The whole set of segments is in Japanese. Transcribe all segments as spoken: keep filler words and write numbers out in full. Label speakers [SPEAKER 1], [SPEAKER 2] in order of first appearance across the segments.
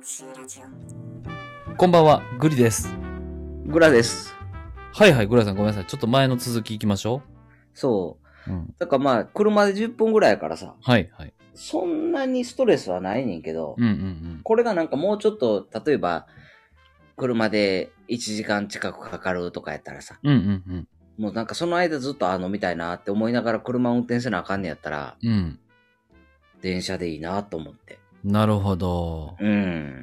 [SPEAKER 1] こんばんは、グリです。
[SPEAKER 2] グラです。
[SPEAKER 1] はいはい、グラさんごめんなさい。ちょっと前の続き行きましょ
[SPEAKER 2] そう。
[SPEAKER 1] う。うん。
[SPEAKER 2] だからまあ、車でじゅっぷんぐらいやからさ。
[SPEAKER 1] はいはい。
[SPEAKER 2] そんなにストレスはないねんけど、
[SPEAKER 1] うんうんうん。
[SPEAKER 2] これがなんかもうちょっと、例えば、車でいちじかん近くかかるとかやったらさ。
[SPEAKER 1] うんうんうん。
[SPEAKER 2] もうなんかその間ずっとあ飲みたいなって思いながら車運転せなあかんねやったら、
[SPEAKER 1] うん。
[SPEAKER 2] 電車でいいなと思って。
[SPEAKER 1] なるほど。
[SPEAKER 2] うん。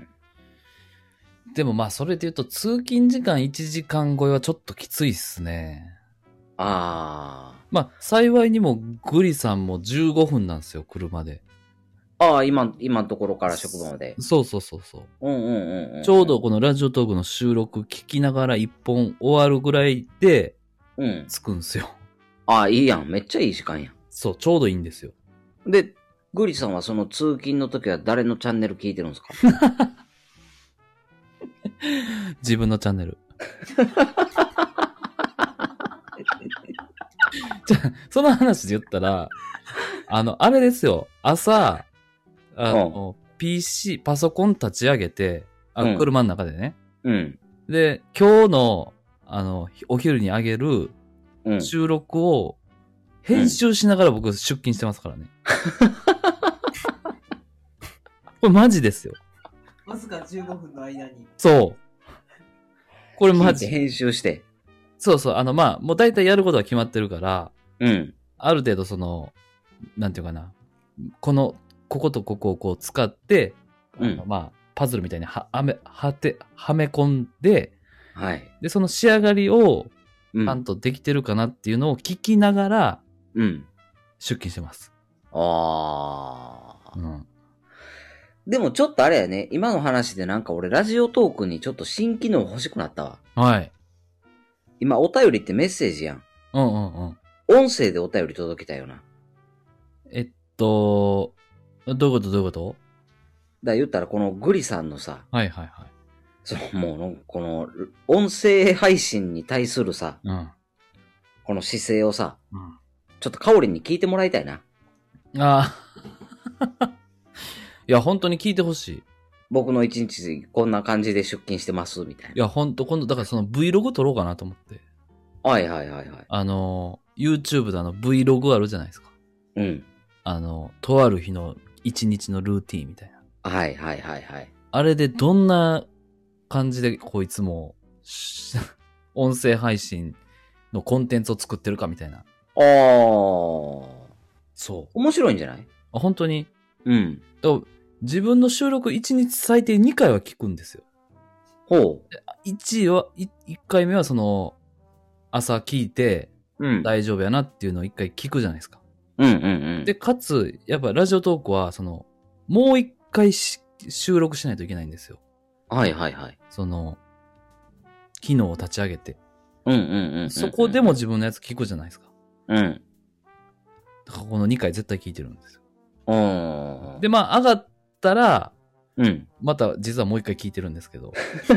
[SPEAKER 1] でもまあ、それで言うと、通勤時間いちじかん超えはちょっときついっすね。
[SPEAKER 2] あ
[SPEAKER 1] まあ、幸いにもグリさんもじゅうごふんなんですよ、車で。
[SPEAKER 2] あ。ああ、今、今のところから職場まで。
[SPEAKER 1] そうそうそうそう。
[SPEAKER 2] うんうんうん、うん。
[SPEAKER 1] ちょうどこのラジオトークの収録聞きながら一本終わるぐらいで、
[SPEAKER 2] うん。
[SPEAKER 1] 着くんすよ。
[SPEAKER 2] ああ、いいやん。めっちゃいい時間やん。
[SPEAKER 1] そう、ちょうどいいんですよ。
[SPEAKER 2] で、グリさんはその通勤の時は誰のチャンネル聞いてるんですか？
[SPEAKER 1] 自分のチャンネル。じゃあ、その話で言ったら、あの、あれですよ。朝、あの、うん、ピーシー、パソコン立ち上げて、あ、うん、車の中でね。
[SPEAKER 2] うん。
[SPEAKER 1] で、今日の、あの、お昼にあげる収録を編集しながら僕出勤してますからね。これマジですよ。
[SPEAKER 3] わずかじゅうごふんの間に。
[SPEAKER 1] そう。これマジ。
[SPEAKER 2] 編集して。
[SPEAKER 1] そうそう。あの、まあ、もう大体やることは決まってるから、
[SPEAKER 2] うん。
[SPEAKER 1] ある程度その、なんていうかな。この、こことここをこう使って、
[SPEAKER 2] うん、
[SPEAKER 1] あのまあ、パズルみたいには、はめ、はて、はめ込んで、
[SPEAKER 2] はい。
[SPEAKER 1] で、その仕上がりを、ちゃんとできてるかなっていうのを聞きながら、
[SPEAKER 2] うん。
[SPEAKER 1] 出勤してます。
[SPEAKER 2] ああ。
[SPEAKER 1] うん。
[SPEAKER 2] でもちょっとあれやね、今の話でなんか俺ラジオトークにちょっと新機能欲しくなったわ。
[SPEAKER 1] はい。
[SPEAKER 2] 今お便りってメッセージやん。
[SPEAKER 1] うんうんうん。
[SPEAKER 2] 音声でお便り届けたよな。
[SPEAKER 1] えっと、どういうことどういうこと？
[SPEAKER 2] だから言ったらこのグリさんのさ、
[SPEAKER 1] はいはいはい。
[SPEAKER 2] そう、もうこの音声配信に対するさ、
[SPEAKER 1] うん、
[SPEAKER 2] この姿勢をさ、
[SPEAKER 1] うん、
[SPEAKER 2] ちょっとカオリンに聞いてもらいたいな。
[SPEAKER 1] ああ。いや、本当に聞いてほしい。
[SPEAKER 2] 僕の一日こんな感じで出勤してます、みたいな。
[SPEAKER 1] いや、本当今度、だからその Vlog 撮ろうかなと思って。
[SPEAKER 2] はいはいはいはい。
[SPEAKER 1] あの、YouTube であの Vlog あるじゃないですか。
[SPEAKER 2] うん。
[SPEAKER 1] あの、とある日の一日のルーティーンみたいな。
[SPEAKER 2] はいはいはいはい。あ
[SPEAKER 1] れでどんな感じでこいつも、音声配信のコンテンツを作ってるかみたいな。ああ。そう。
[SPEAKER 2] 面白いんじゃない？
[SPEAKER 1] あ、本当に？
[SPEAKER 2] うん。
[SPEAKER 1] 自分の収録いちにち最低にかいは聞くんですよ。
[SPEAKER 2] ほう。
[SPEAKER 1] いちいは、いっかいめはその、朝聞いて、うん、大丈夫やなっていうのをいっかい聞くじゃないですか。
[SPEAKER 2] うんうんうん。
[SPEAKER 1] で、かつ、やっぱラジオトークは、その、もういっかい収録しないといけないんですよ。
[SPEAKER 2] はいはいはい。
[SPEAKER 1] その、機能を立ち上げて。
[SPEAKER 2] うんうんうんうんうん。
[SPEAKER 1] そこでも自分のやつ聞くじゃないですか。
[SPEAKER 2] うん。
[SPEAKER 1] だからこのにかい絶対聞いてるんですよ。
[SPEAKER 2] うん。
[SPEAKER 1] で、まあ、上がったら、
[SPEAKER 2] うん。
[SPEAKER 1] また、実はもう一回聞いてるんですけど。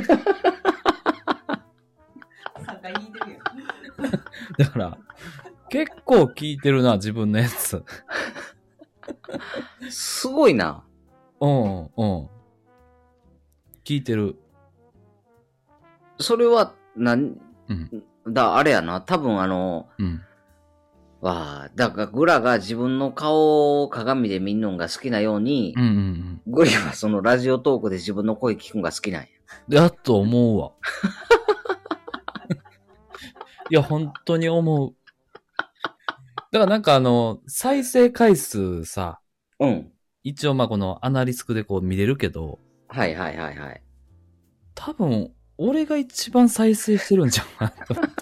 [SPEAKER 3] さんかい聞いてるよ。
[SPEAKER 1] だから、結構聞いてるな、自分のやつ。
[SPEAKER 2] すごいな。
[SPEAKER 1] うん、うん。聞いてる。
[SPEAKER 2] それは、なん、
[SPEAKER 1] うん、
[SPEAKER 2] だ、あれやな、多分あの、
[SPEAKER 1] うん。
[SPEAKER 2] わあ、だからグラが自分の顔を鏡で見んのが好きなように、
[SPEAKER 1] うんうんうん、
[SPEAKER 2] グリはそのラジオトークで自分の声聞くのが好きなんや。
[SPEAKER 1] やっと思うわ。いや、本当に思う。だからなんかあの、再生回数さ、
[SPEAKER 2] うん。
[SPEAKER 1] 一応まあこのアナリスクでこう見れるけど、
[SPEAKER 2] はいはいはいはい。
[SPEAKER 1] 多分、俺が一番再生してるんじゃんかなと思って。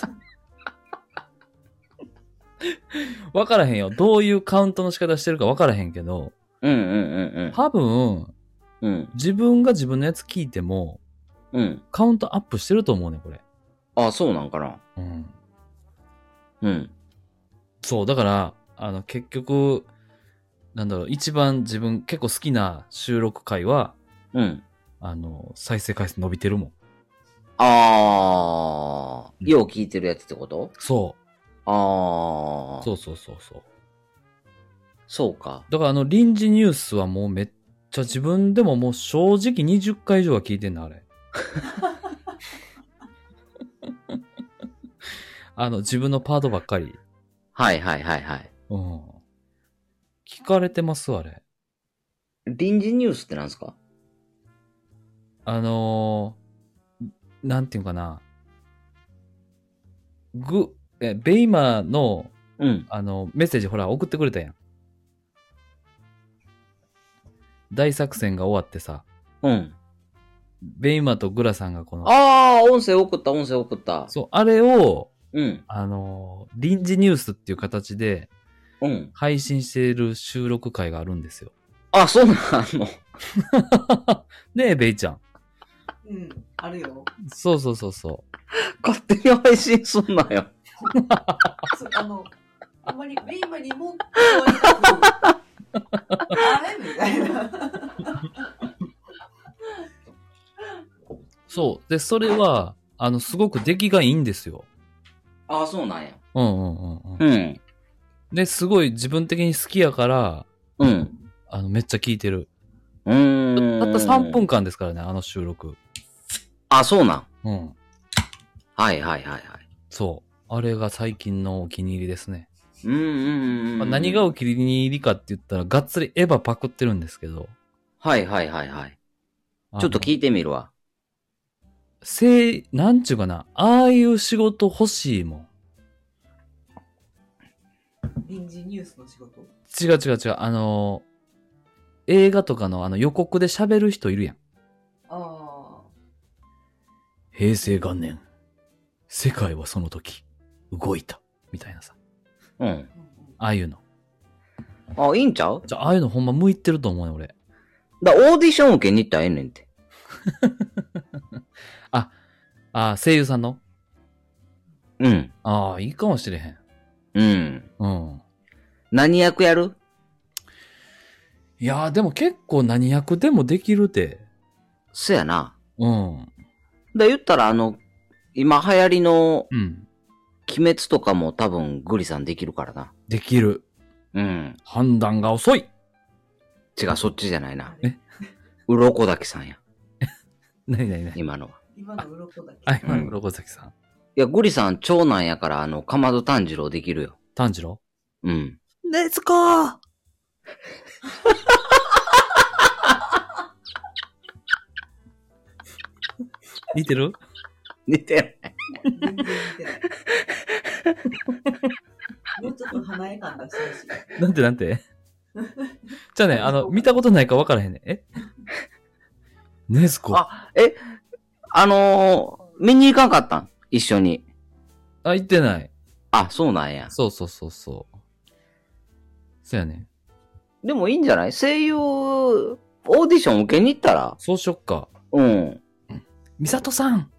[SPEAKER 1] わからへんよ。どういうカウントの仕方してるかわからへんけど、
[SPEAKER 2] うんうんうんうん。
[SPEAKER 1] 多分、
[SPEAKER 2] うん、
[SPEAKER 1] 自分が自分のやつ聞いても、
[SPEAKER 2] うん。
[SPEAKER 1] カウントアップしてると思うね、これ。
[SPEAKER 2] ああ、そうなんかな。
[SPEAKER 1] うん。
[SPEAKER 2] うん。
[SPEAKER 1] そう、だから、あの、結局、なんだろう、一番自分結構好きな収録回は、
[SPEAKER 2] うん。
[SPEAKER 1] あの、再生回数伸びてるもん。
[SPEAKER 2] ああ、よう聞いてるやつってこと？
[SPEAKER 1] そう。
[SPEAKER 2] ああ。
[SPEAKER 1] そうそうそうそう。
[SPEAKER 2] そうか。
[SPEAKER 1] だからあの臨時ニュースはもうめっじゃあ自分でももう正直にじゅっかい以上は聞いてんの、あれ。あの、自分のパートばっかり。
[SPEAKER 2] はいはいはいはい。
[SPEAKER 1] うん。聞かれてます、あれ。
[SPEAKER 2] 臨時ニュースってなんですか？
[SPEAKER 1] あのー、なんていうかな。ぐ、え、ベイマーの、
[SPEAKER 2] うん。
[SPEAKER 1] あの、メッセージほら送ってくれたやん。大作戦が終わってさ、
[SPEAKER 2] うん。
[SPEAKER 1] ベイマーとグラさんがこの、
[SPEAKER 2] ああ、音声送った、音声送った。
[SPEAKER 1] そう、あれを、
[SPEAKER 2] うん。
[SPEAKER 1] あのー、臨時ニュースっていう形で
[SPEAKER 2] うん。
[SPEAKER 1] 配信している収録会があるんですよ。
[SPEAKER 2] あ、そうなの？
[SPEAKER 1] ねえ、ベイちゃん。
[SPEAKER 3] うん、あるよ。
[SPEAKER 1] そうそうそうそ
[SPEAKER 2] 勝手に配信すんなよ。
[SPEAKER 3] そうあの、あんまりベイマにも聞こえなく、あれみたいな。
[SPEAKER 1] う。そう。で、それは、あの、すごく出来がいいんですよ。
[SPEAKER 2] ああ、そうなんや。
[SPEAKER 1] うんうんうんうん。
[SPEAKER 2] うん。
[SPEAKER 1] で、すごい自分的に好きやから、
[SPEAKER 2] うん。
[SPEAKER 1] あの、めっちゃ聞いてる。
[SPEAKER 2] うーん。
[SPEAKER 1] たったさんぷんかんですからね、あの収録。
[SPEAKER 2] あ、そうなん。
[SPEAKER 1] うん。
[SPEAKER 2] はいはいはいはい。
[SPEAKER 1] そう。あれが最近のお気に入りですね。
[SPEAKER 2] うんうんうんうん。
[SPEAKER 1] まあ、何がお気に入りかって言ったら、がっつりエヴァパクってるんですけど。
[SPEAKER 2] はいはいはいはい。
[SPEAKER 1] あの
[SPEAKER 2] ちょっと聞いてみるわ。
[SPEAKER 1] せい、なんちゅうかな。ああいう仕事欲しいもん。
[SPEAKER 3] 臨時ニュースの仕事。
[SPEAKER 1] 違う違う違う。あの、映画とかのあの予告で喋る人いるやん。
[SPEAKER 3] あ
[SPEAKER 1] 平成元年。世界はその時、動いた。みたいなさ。
[SPEAKER 2] うん。
[SPEAKER 3] あ。うんうん
[SPEAKER 1] ああいうの。
[SPEAKER 2] あ、いいんちゃう？
[SPEAKER 1] じゃあ、ああいうのほんま向いてると思うね、俺。
[SPEAKER 2] だオーディション受けに行ったらええねんて。
[SPEAKER 1] あ、あ、声優さんの
[SPEAKER 2] うん。
[SPEAKER 1] ああ、いいかもしれへん。
[SPEAKER 2] うん。
[SPEAKER 1] うん。
[SPEAKER 2] 何役やる？
[SPEAKER 1] いやー、でも結構何役でもできるて。
[SPEAKER 2] そやな。
[SPEAKER 1] うん。
[SPEAKER 2] だ言ったらあの、今流行りの
[SPEAKER 1] うん。
[SPEAKER 2] 鬼滅とかも多分グリさんできるからな。
[SPEAKER 1] できる。
[SPEAKER 2] うん。
[SPEAKER 1] 判断が遅い。
[SPEAKER 2] 違う、そっちじゃないな。
[SPEAKER 1] え
[SPEAKER 2] 鱗滝さんや。
[SPEAKER 1] なになになに
[SPEAKER 2] 今のは。
[SPEAKER 3] 今の鱗だけ。
[SPEAKER 1] あ、今の
[SPEAKER 2] うん
[SPEAKER 1] ロゴ崎さん。
[SPEAKER 2] いや、グリさん長男やから、あの、かまど炭治郎できるよ。
[SPEAKER 1] 炭治郎
[SPEAKER 2] うん。
[SPEAKER 1] レッツゴー似てる
[SPEAKER 2] 似てる。
[SPEAKER 3] 全然似てない。もうちょっと華やかん出してほしい。
[SPEAKER 1] なんてなんてじゃあね、あの、見たことないか分からへんね。えネズコ。あ、
[SPEAKER 2] あ、え、あのー、見に行かんかったん一緒に。
[SPEAKER 1] 言ってない。
[SPEAKER 2] あ、そうなんや。
[SPEAKER 1] そうそうそうそう。そうやね。
[SPEAKER 2] でもいいんじゃない？声優、オーディション受けに行ったら。
[SPEAKER 1] そうしよっか。
[SPEAKER 2] うん。
[SPEAKER 1] ミサトさん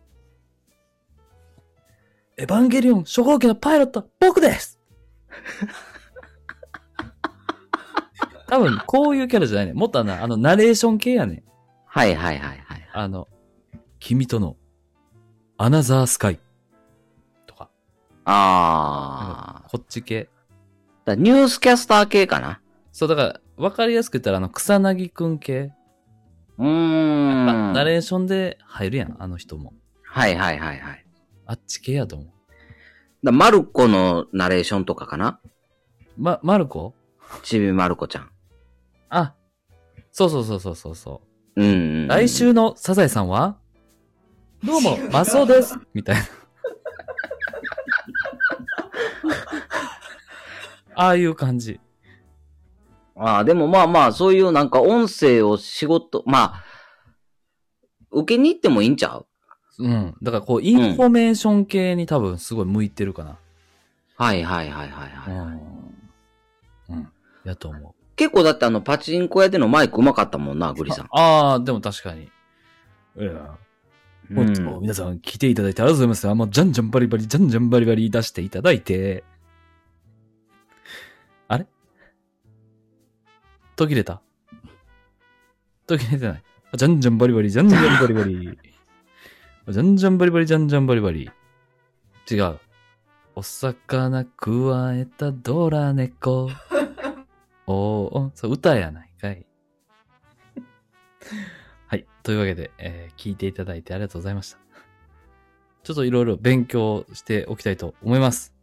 [SPEAKER 1] エヴァンゲリオン初号機のパイロット、僕です多分、こういうキャラじゃないね。もっとあの、あの、ナレーション系やね。
[SPEAKER 2] はいはいはいはい。
[SPEAKER 1] あの、君との、アナザースカイ。とか。
[SPEAKER 2] あー。
[SPEAKER 1] こっち系。
[SPEAKER 2] だニュースキャスター系かな？
[SPEAKER 1] そう、だから、わかりやすく言ったら、あの、草薙くん系。
[SPEAKER 2] うーん。
[SPEAKER 1] ナレーションで入るやん、あの人も。
[SPEAKER 2] はいはいはいはい。
[SPEAKER 1] あっち系やと思う。
[SPEAKER 2] だマルコのナレーションとかかな？
[SPEAKER 1] ま、マルコ
[SPEAKER 2] ちびまる子ちゃん。
[SPEAKER 1] あ、そうそうそうそうそうそう。
[SPEAKER 2] うんうんうん。
[SPEAKER 1] 来週のサザエさんはどうも、マスオですみたいな。ああいう感じ。
[SPEAKER 2] ああ、でもまあまあ、そういうなんか音声を仕事、まあ、受けに行ってもいいんちゃう？
[SPEAKER 1] うん。だからこう、インフォメーション系に多分すごい向いてるかな。
[SPEAKER 2] はいはいはいはいはい。
[SPEAKER 1] うん。うん。やと思う。
[SPEAKER 2] 結構だってあの、パチンコ屋でのマイク上手かったもんな、グリさん。
[SPEAKER 1] ああ、でも確かに。いや、
[SPEAKER 2] う
[SPEAKER 1] もっと
[SPEAKER 2] ん。
[SPEAKER 1] 皆さん来ていただいてありがとうございます。もう、じゃんじゃんバリバリ、じゃんじゃんバリバリ出していただいて。あれ途切れた途切れてない。じゃんじゃんバリバリ、じゃんじゃんバリバリ。じゃんじゃんバリバリ、じゃんじゃんバリバリ。違う。お魚くわえたドラ猫。おー、そう、歌やないかい。 はい。というわけで、えー聞いていただいてありがとうございました。ちょっといろいろ勉強しておきたいと思います。